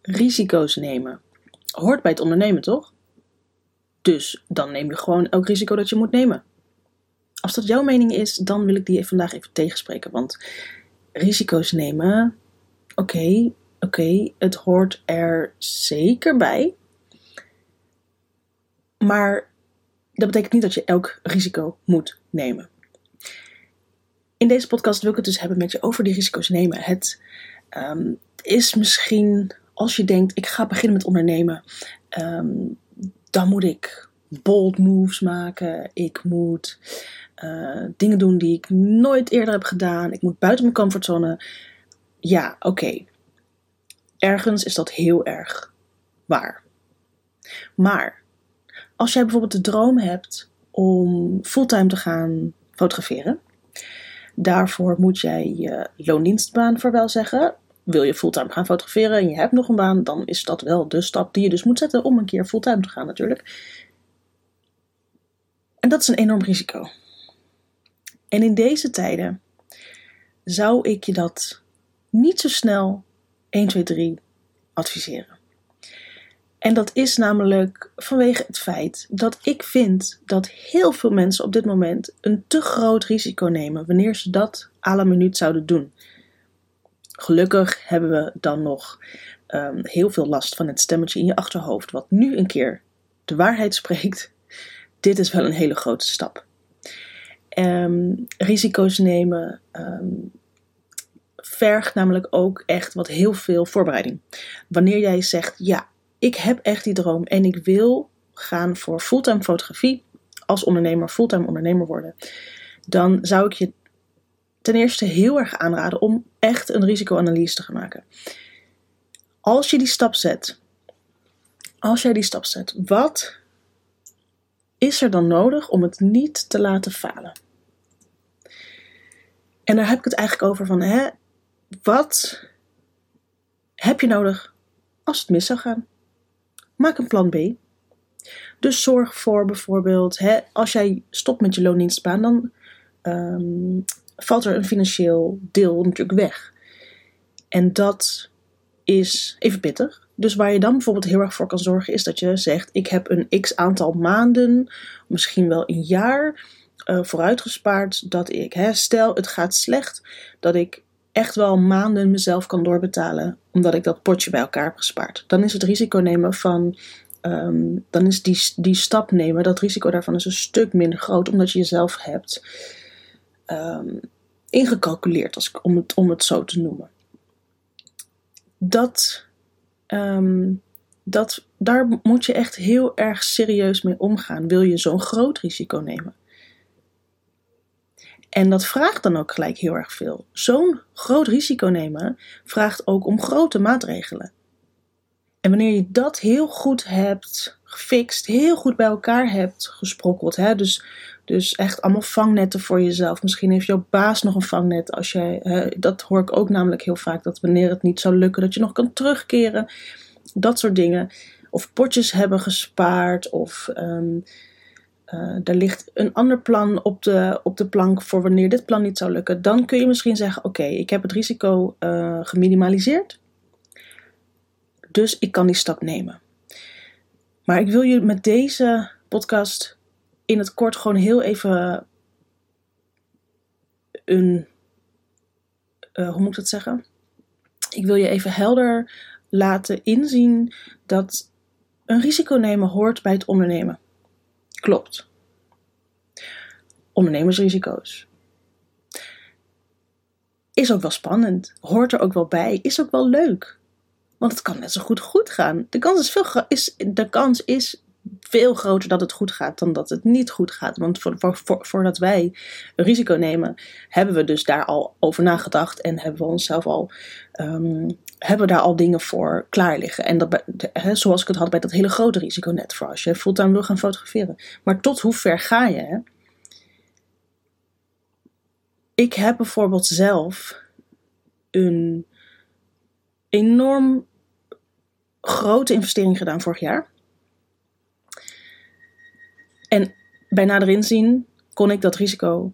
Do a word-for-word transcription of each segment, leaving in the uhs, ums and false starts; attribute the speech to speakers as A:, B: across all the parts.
A: risico's nemen hoort bij het ondernemen, toch? Dus dan neem je gewoon elk risico dat je moet nemen. Als dat jouw mening is, dan wil ik die vandaag even tegenspreken. Want risico's nemen, oké, okay, oké, okay, het hoort er zeker bij. Maar dat betekent niet dat je elk risico moet nemen. In deze podcast wil ik het dus hebben met je over die risico's nemen. Het um, is misschien, als je denkt, ik ga beginnen met ondernemen, um, dan moet ik bold moves maken. Ik moet uh, dingen doen die ik nooit eerder heb gedaan. Ik moet buiten mijn comfortzone. Ja, oké. Okay. Ergens is dat heel erg waar. Maar als jij bijvoorbeeld de droom hebt om fulltime te gaan fotograferen, daarvoor moet jij je loondienstbaan vaarwel zeggen. Wil je fulltime gaan fotograferen en je hebt nog een baan, dan is dat wel de stap die je dus moet zetten om een keer fulltime te gaan natuurlijk. En dat is een enorm risico. En in deze tijden zou ik je dat niet zo snel één, twee, drie adviseren. En dat is namelijk vanwege het feit dat ik vind dat heel veel mensen op dit moment een te groot risico nemen wanneer ze dat à la minuut zouden doen. Gelukkig hebben we dan nog um, heel veel last van het stemmetje in je achterhoofd wat nu een keer de waarheid spreekt. Dit is wel een hele grote stap. Um, risico's nemen um, vergt namelijk ook echt wat heel veel voorbereiding. Wanneer jij zegt, ja, ik heb echt die droom en ik wil gaan voor fulltime fotografie als ondernemer, fulltime ondernemer worden, dan zou ik je ten eerste heel erg aanraden om echt een risicoanalyse te gaan maken. Als je die stap zet, als jij die stap zet, wat is er dan nodig om het niet te laten falen? En daar heb ik het eigenlijk over van, hè, wat heb je nodig als het mis zou gaan? Maak een plan B. Dus zorg voor bijvoorbeeld, hè, als jij stopt met je loondienstbaan, dan um, valt er een financieel deel natuurlijk weg. En dat is even pittig. Dus waar je dan bijvoorbeeld heel erg voor kan zorgen is dat je zegt, ik heb een x aantal maanden, misschien wel een jaar uh, vooruitgespaard dat ik, hè, stel het gaat slecht, dat ik echt wel maanden mezelf kan doorbetalen, omdat ik dat potje bij elkaar heb gespaard. Dan is het risico nemen van, um, dan is die, die stap nemen, dat risico daarvan is een stuk minder groot, omdat je jezelf hebt um, ingecalculeerd, als, om, het, om het zo te noemen. Dat, um, dat, daar moet je echt heel erg serieus mee omgaan, wil je zo'n groot risico nemen. En dat vraagt dan ook gelijk heel erg veel. Zo'n groot risico nemen vraagt ook om grote maatregelen. En wanneer je dat heel goed hebt gefixt, heel goed bij elkaar hebt gesprokkeld, hè, dus, dus echt allemaal vangnetten voor jezelf. Misschien heeft jouw baas nog een vangnet. Als jij, hè, dat hoor ik ook namelijk heel vaak, dat wanneer het niet zou lukken, dat je nog kan terugkeren. Dat soort dingen. Of potjes hebben gespaard, of Um, Uh, er ligt een ander plan op de, op de plank voor wanneer dit plan niet zou lukken. Dan kun je misschien zeggen, oké, okay, ik heb het risico uh, geminimaliseerd. Dus ik kan die stap nemen. Maar ik wil je met deze podcast in het kort gewoon heel even een, uh, hoe moet ik dat zeggen? Ik wil je even helder laten inzien dat een risico nemen hoort bij het ondernemen. Klopt. Ondernemersrisico's. Is ook wel spannend. Hoort er ook wel bij. Is ook wel leuk. Want het kan net zo goed goed gaan. De kans is veel, is, de kans is veel groter dat het goed gaat dan dat het niet goed gaat. Want voor, voor, voor, voordat wij een risico nemen, hebben we dus daar al over nagedacht. En hebben we onszelf al, um, hebben we daar al dingen voor klaar liggen. En dat bij, de, he, zoals ik het had bij dat hele grote risico net voor als je fulltime wil gaan fotograferen. Maar tot hoe ver ga je? Hè? Ik heb bijvoorbeeld zelf een enorm grote investering gedaan vorig jaar. En bij nader inzien kon ik dat risico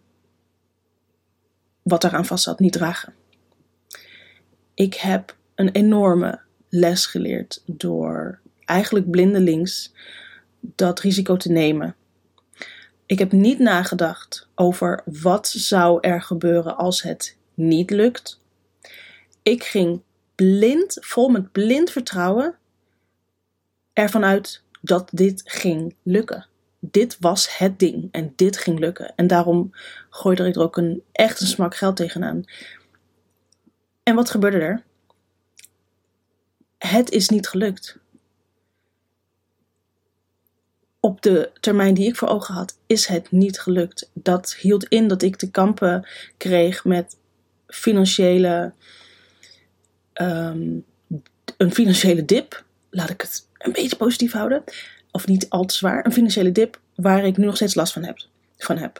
A: wat daaraan vast zat niet dragen. Ik heb een enorme les geleerd door eigenlijk blindelings dat risico te nemen. Ik heb niet nagedacht over wat zou er gebeuren als het niet lukt. Ik ging blind, vol met blind vertrouwen, ervan uit dat dit ging lukken. Dit was het ding en dit ging lukken. En daarom gooide ik er ook een echt een smak geld tegenaan. En wat gebeurde er? Het is niet gelukt. Op de termijn die ik voor ogen had, is het niet gelukt. Dat hield in dat ik te kampen kreeg met financiële, um, een financiële dip. Laat ik het een beetje positief houden. Of niet al te zwaar. Een financiële dip waar ik nu nog steeds last van heb. Van heb.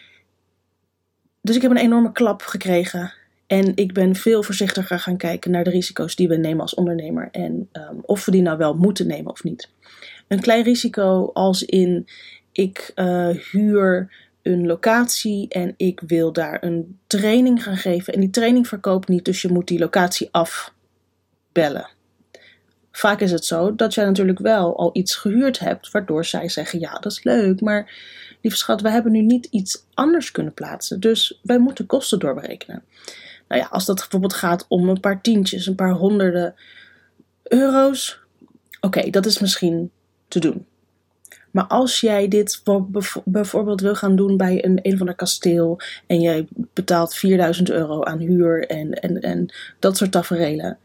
A: Dus ik heb een enorme klap gekregen. En ik ben veel voorzichtiger gaan kijken naar de risico's die we nemen als ondernemer. En um, of we die nou wel moeten nemen of niet. Een klein risico als in ik uh, huur een locatie en ik wil daar een training gaan geven. En die training verkoopt niet, dus je moet die locatie afbellen. Vaak is het zo dat jij natuurlijk wel al iets gehuurd hebt, waardoor zij zeggen, ja, dat is leuk, maar lieve schat, we hebben nu niet iets anders kunnen plaatsen. Dus wij moeten kosten doorberekenen. Nou ja, als dat bijvoorbeeld gaat om een paar tientjes, een paar honderden euro's, oké, okay, dat is misschien te doen. Maar als jij dit bijvoorbeeld wil gaan doen bij een een of ander kasteel en jij betaalt vierduizend euro aan huur en, en, en dat soort taferelen,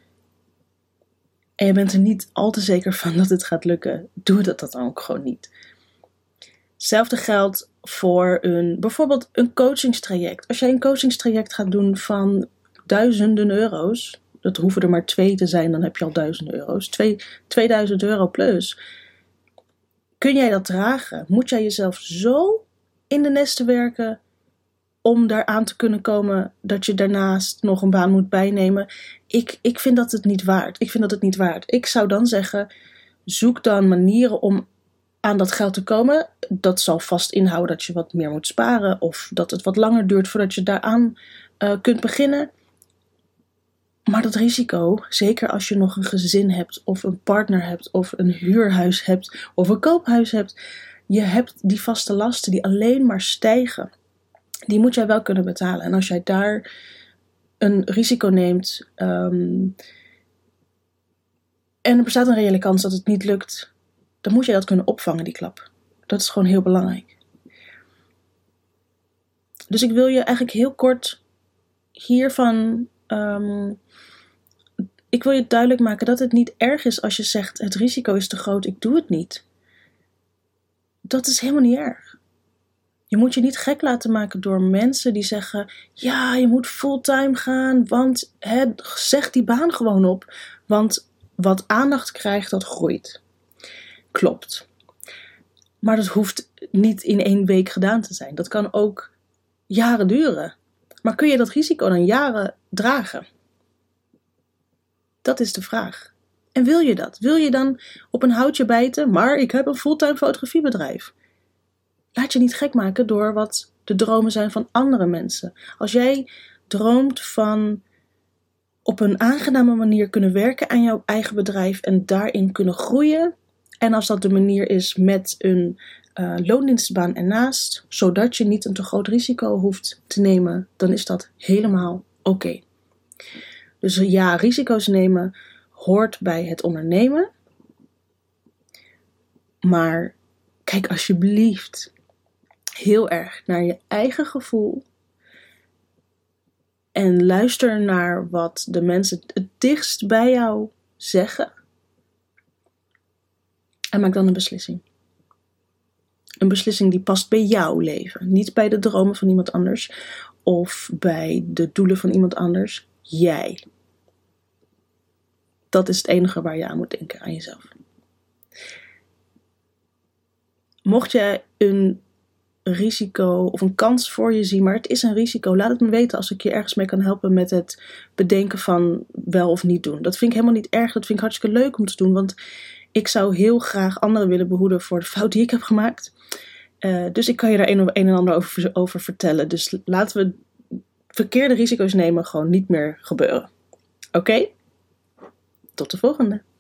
A: en je bent er niet al te zeker van dat het gaat lukken, doe dat dan ook gewoon niet. Hetzelfde geldt voor een, bijvoorbeeld een coachingstraject. Als jij een coachingstraject gaat doen van duizenden euro's, dat hoeven er maar twee te zijn, dan heb je al duizenden euro's, twee, tweeduizend euro plus. Kun jij dat dragen? Moet jij jezelf zo in de nesten werken om daaraan te kunnen komen dat je daarnaast nog een baan moet bijnemen? Ik, ik vind dat het niet waard. Ik vind dat het niet waard. Ik zou dan zeggen, zoek dan manieren om aan dat geld te komen. Dat zal vast inhouden dat je wat meer moet sparen of dat het wat langer duurt voordat je daaraan uh, kunt beginnen. Maar dat risico, zeker als je nog een gezin hebt of een partner hebt of een huurhuis hebt of een koophuis hebt, je hebt die vaste lasten die alleen maar stijgen. Die moet jij wel kunnen betalen. En als jij daar een risico neemt um, en er bestaat een reële kans dat het niet lukt, dan moet jij dat kunnen opvangen, die klap. Dat is gewoon heel belangrijk. Dus ik wil je eigenlijk heel kort hiervan Um, ik wil je duidelijk maken dat het niet erg is als je zegt, het risico is te groot, ik doe het niet. Dat is helemaal niet erg. Je moet je niet gek laten maken door mensen die zeggen, ja, je moet fulltime gaan, want he, zeg die baan gewoon op. Want wat aandacht krijgt, dat groeit. Klopt. Maar dat hoeft niet in één week gedaan te zijn. Dat kan ook jaren duren. Maar kun je dat risico dan jaren dragen? Dat is de vraag. En wil je dat? Wil je dan op een houtje bijten, maar ik heb een fulltime fotografiebedrijf? Laat je niet gek maken door wat de dromen zijn van andere mensen. Als jij droomt van op een aangename manier kunnen werken aan jouw eigen bedrijf en daarin kunnen groeien, en als dat de manier is met een uh, loondienstbaan ernaast, zodat je niet een te groot risico hoeft te nemen, dan is dat helemaal oké. Okay. Dus ja, risico's nemen hoort bij het ondernemen. Maar kijk alsjeblieft heel erg naar je eigen gevoel. En luister naar wat de mensen het dichtst bij jou zeggen. En maak dan een beslissing. Een beslissing die past bij jouw leven. Niet bij de dromen van iemand anders. Of bij de doelen van iemand anders. Jij. Dat is het enige waar je aan moet denken, aan jezelf. Mocht je een risico of een kans voor je zien, maar het is een risico, laat het me weten als ik je ergens mee kan helpen met het bedenken van wel of niet doen. Dat vind ik helemaal niet erg, dat vind ik hartstikke leuk om te doen, want ik zou heel graag anderen willen behoeden voor de fout die ik heb gemaakt. Uh, dus ik kan je daar een, een en ander over, over vertellen. Dus laten we verkeerde risico's nemen gewoon niet meer gebeuren. Oké? Okay? Tot Tot de volgende!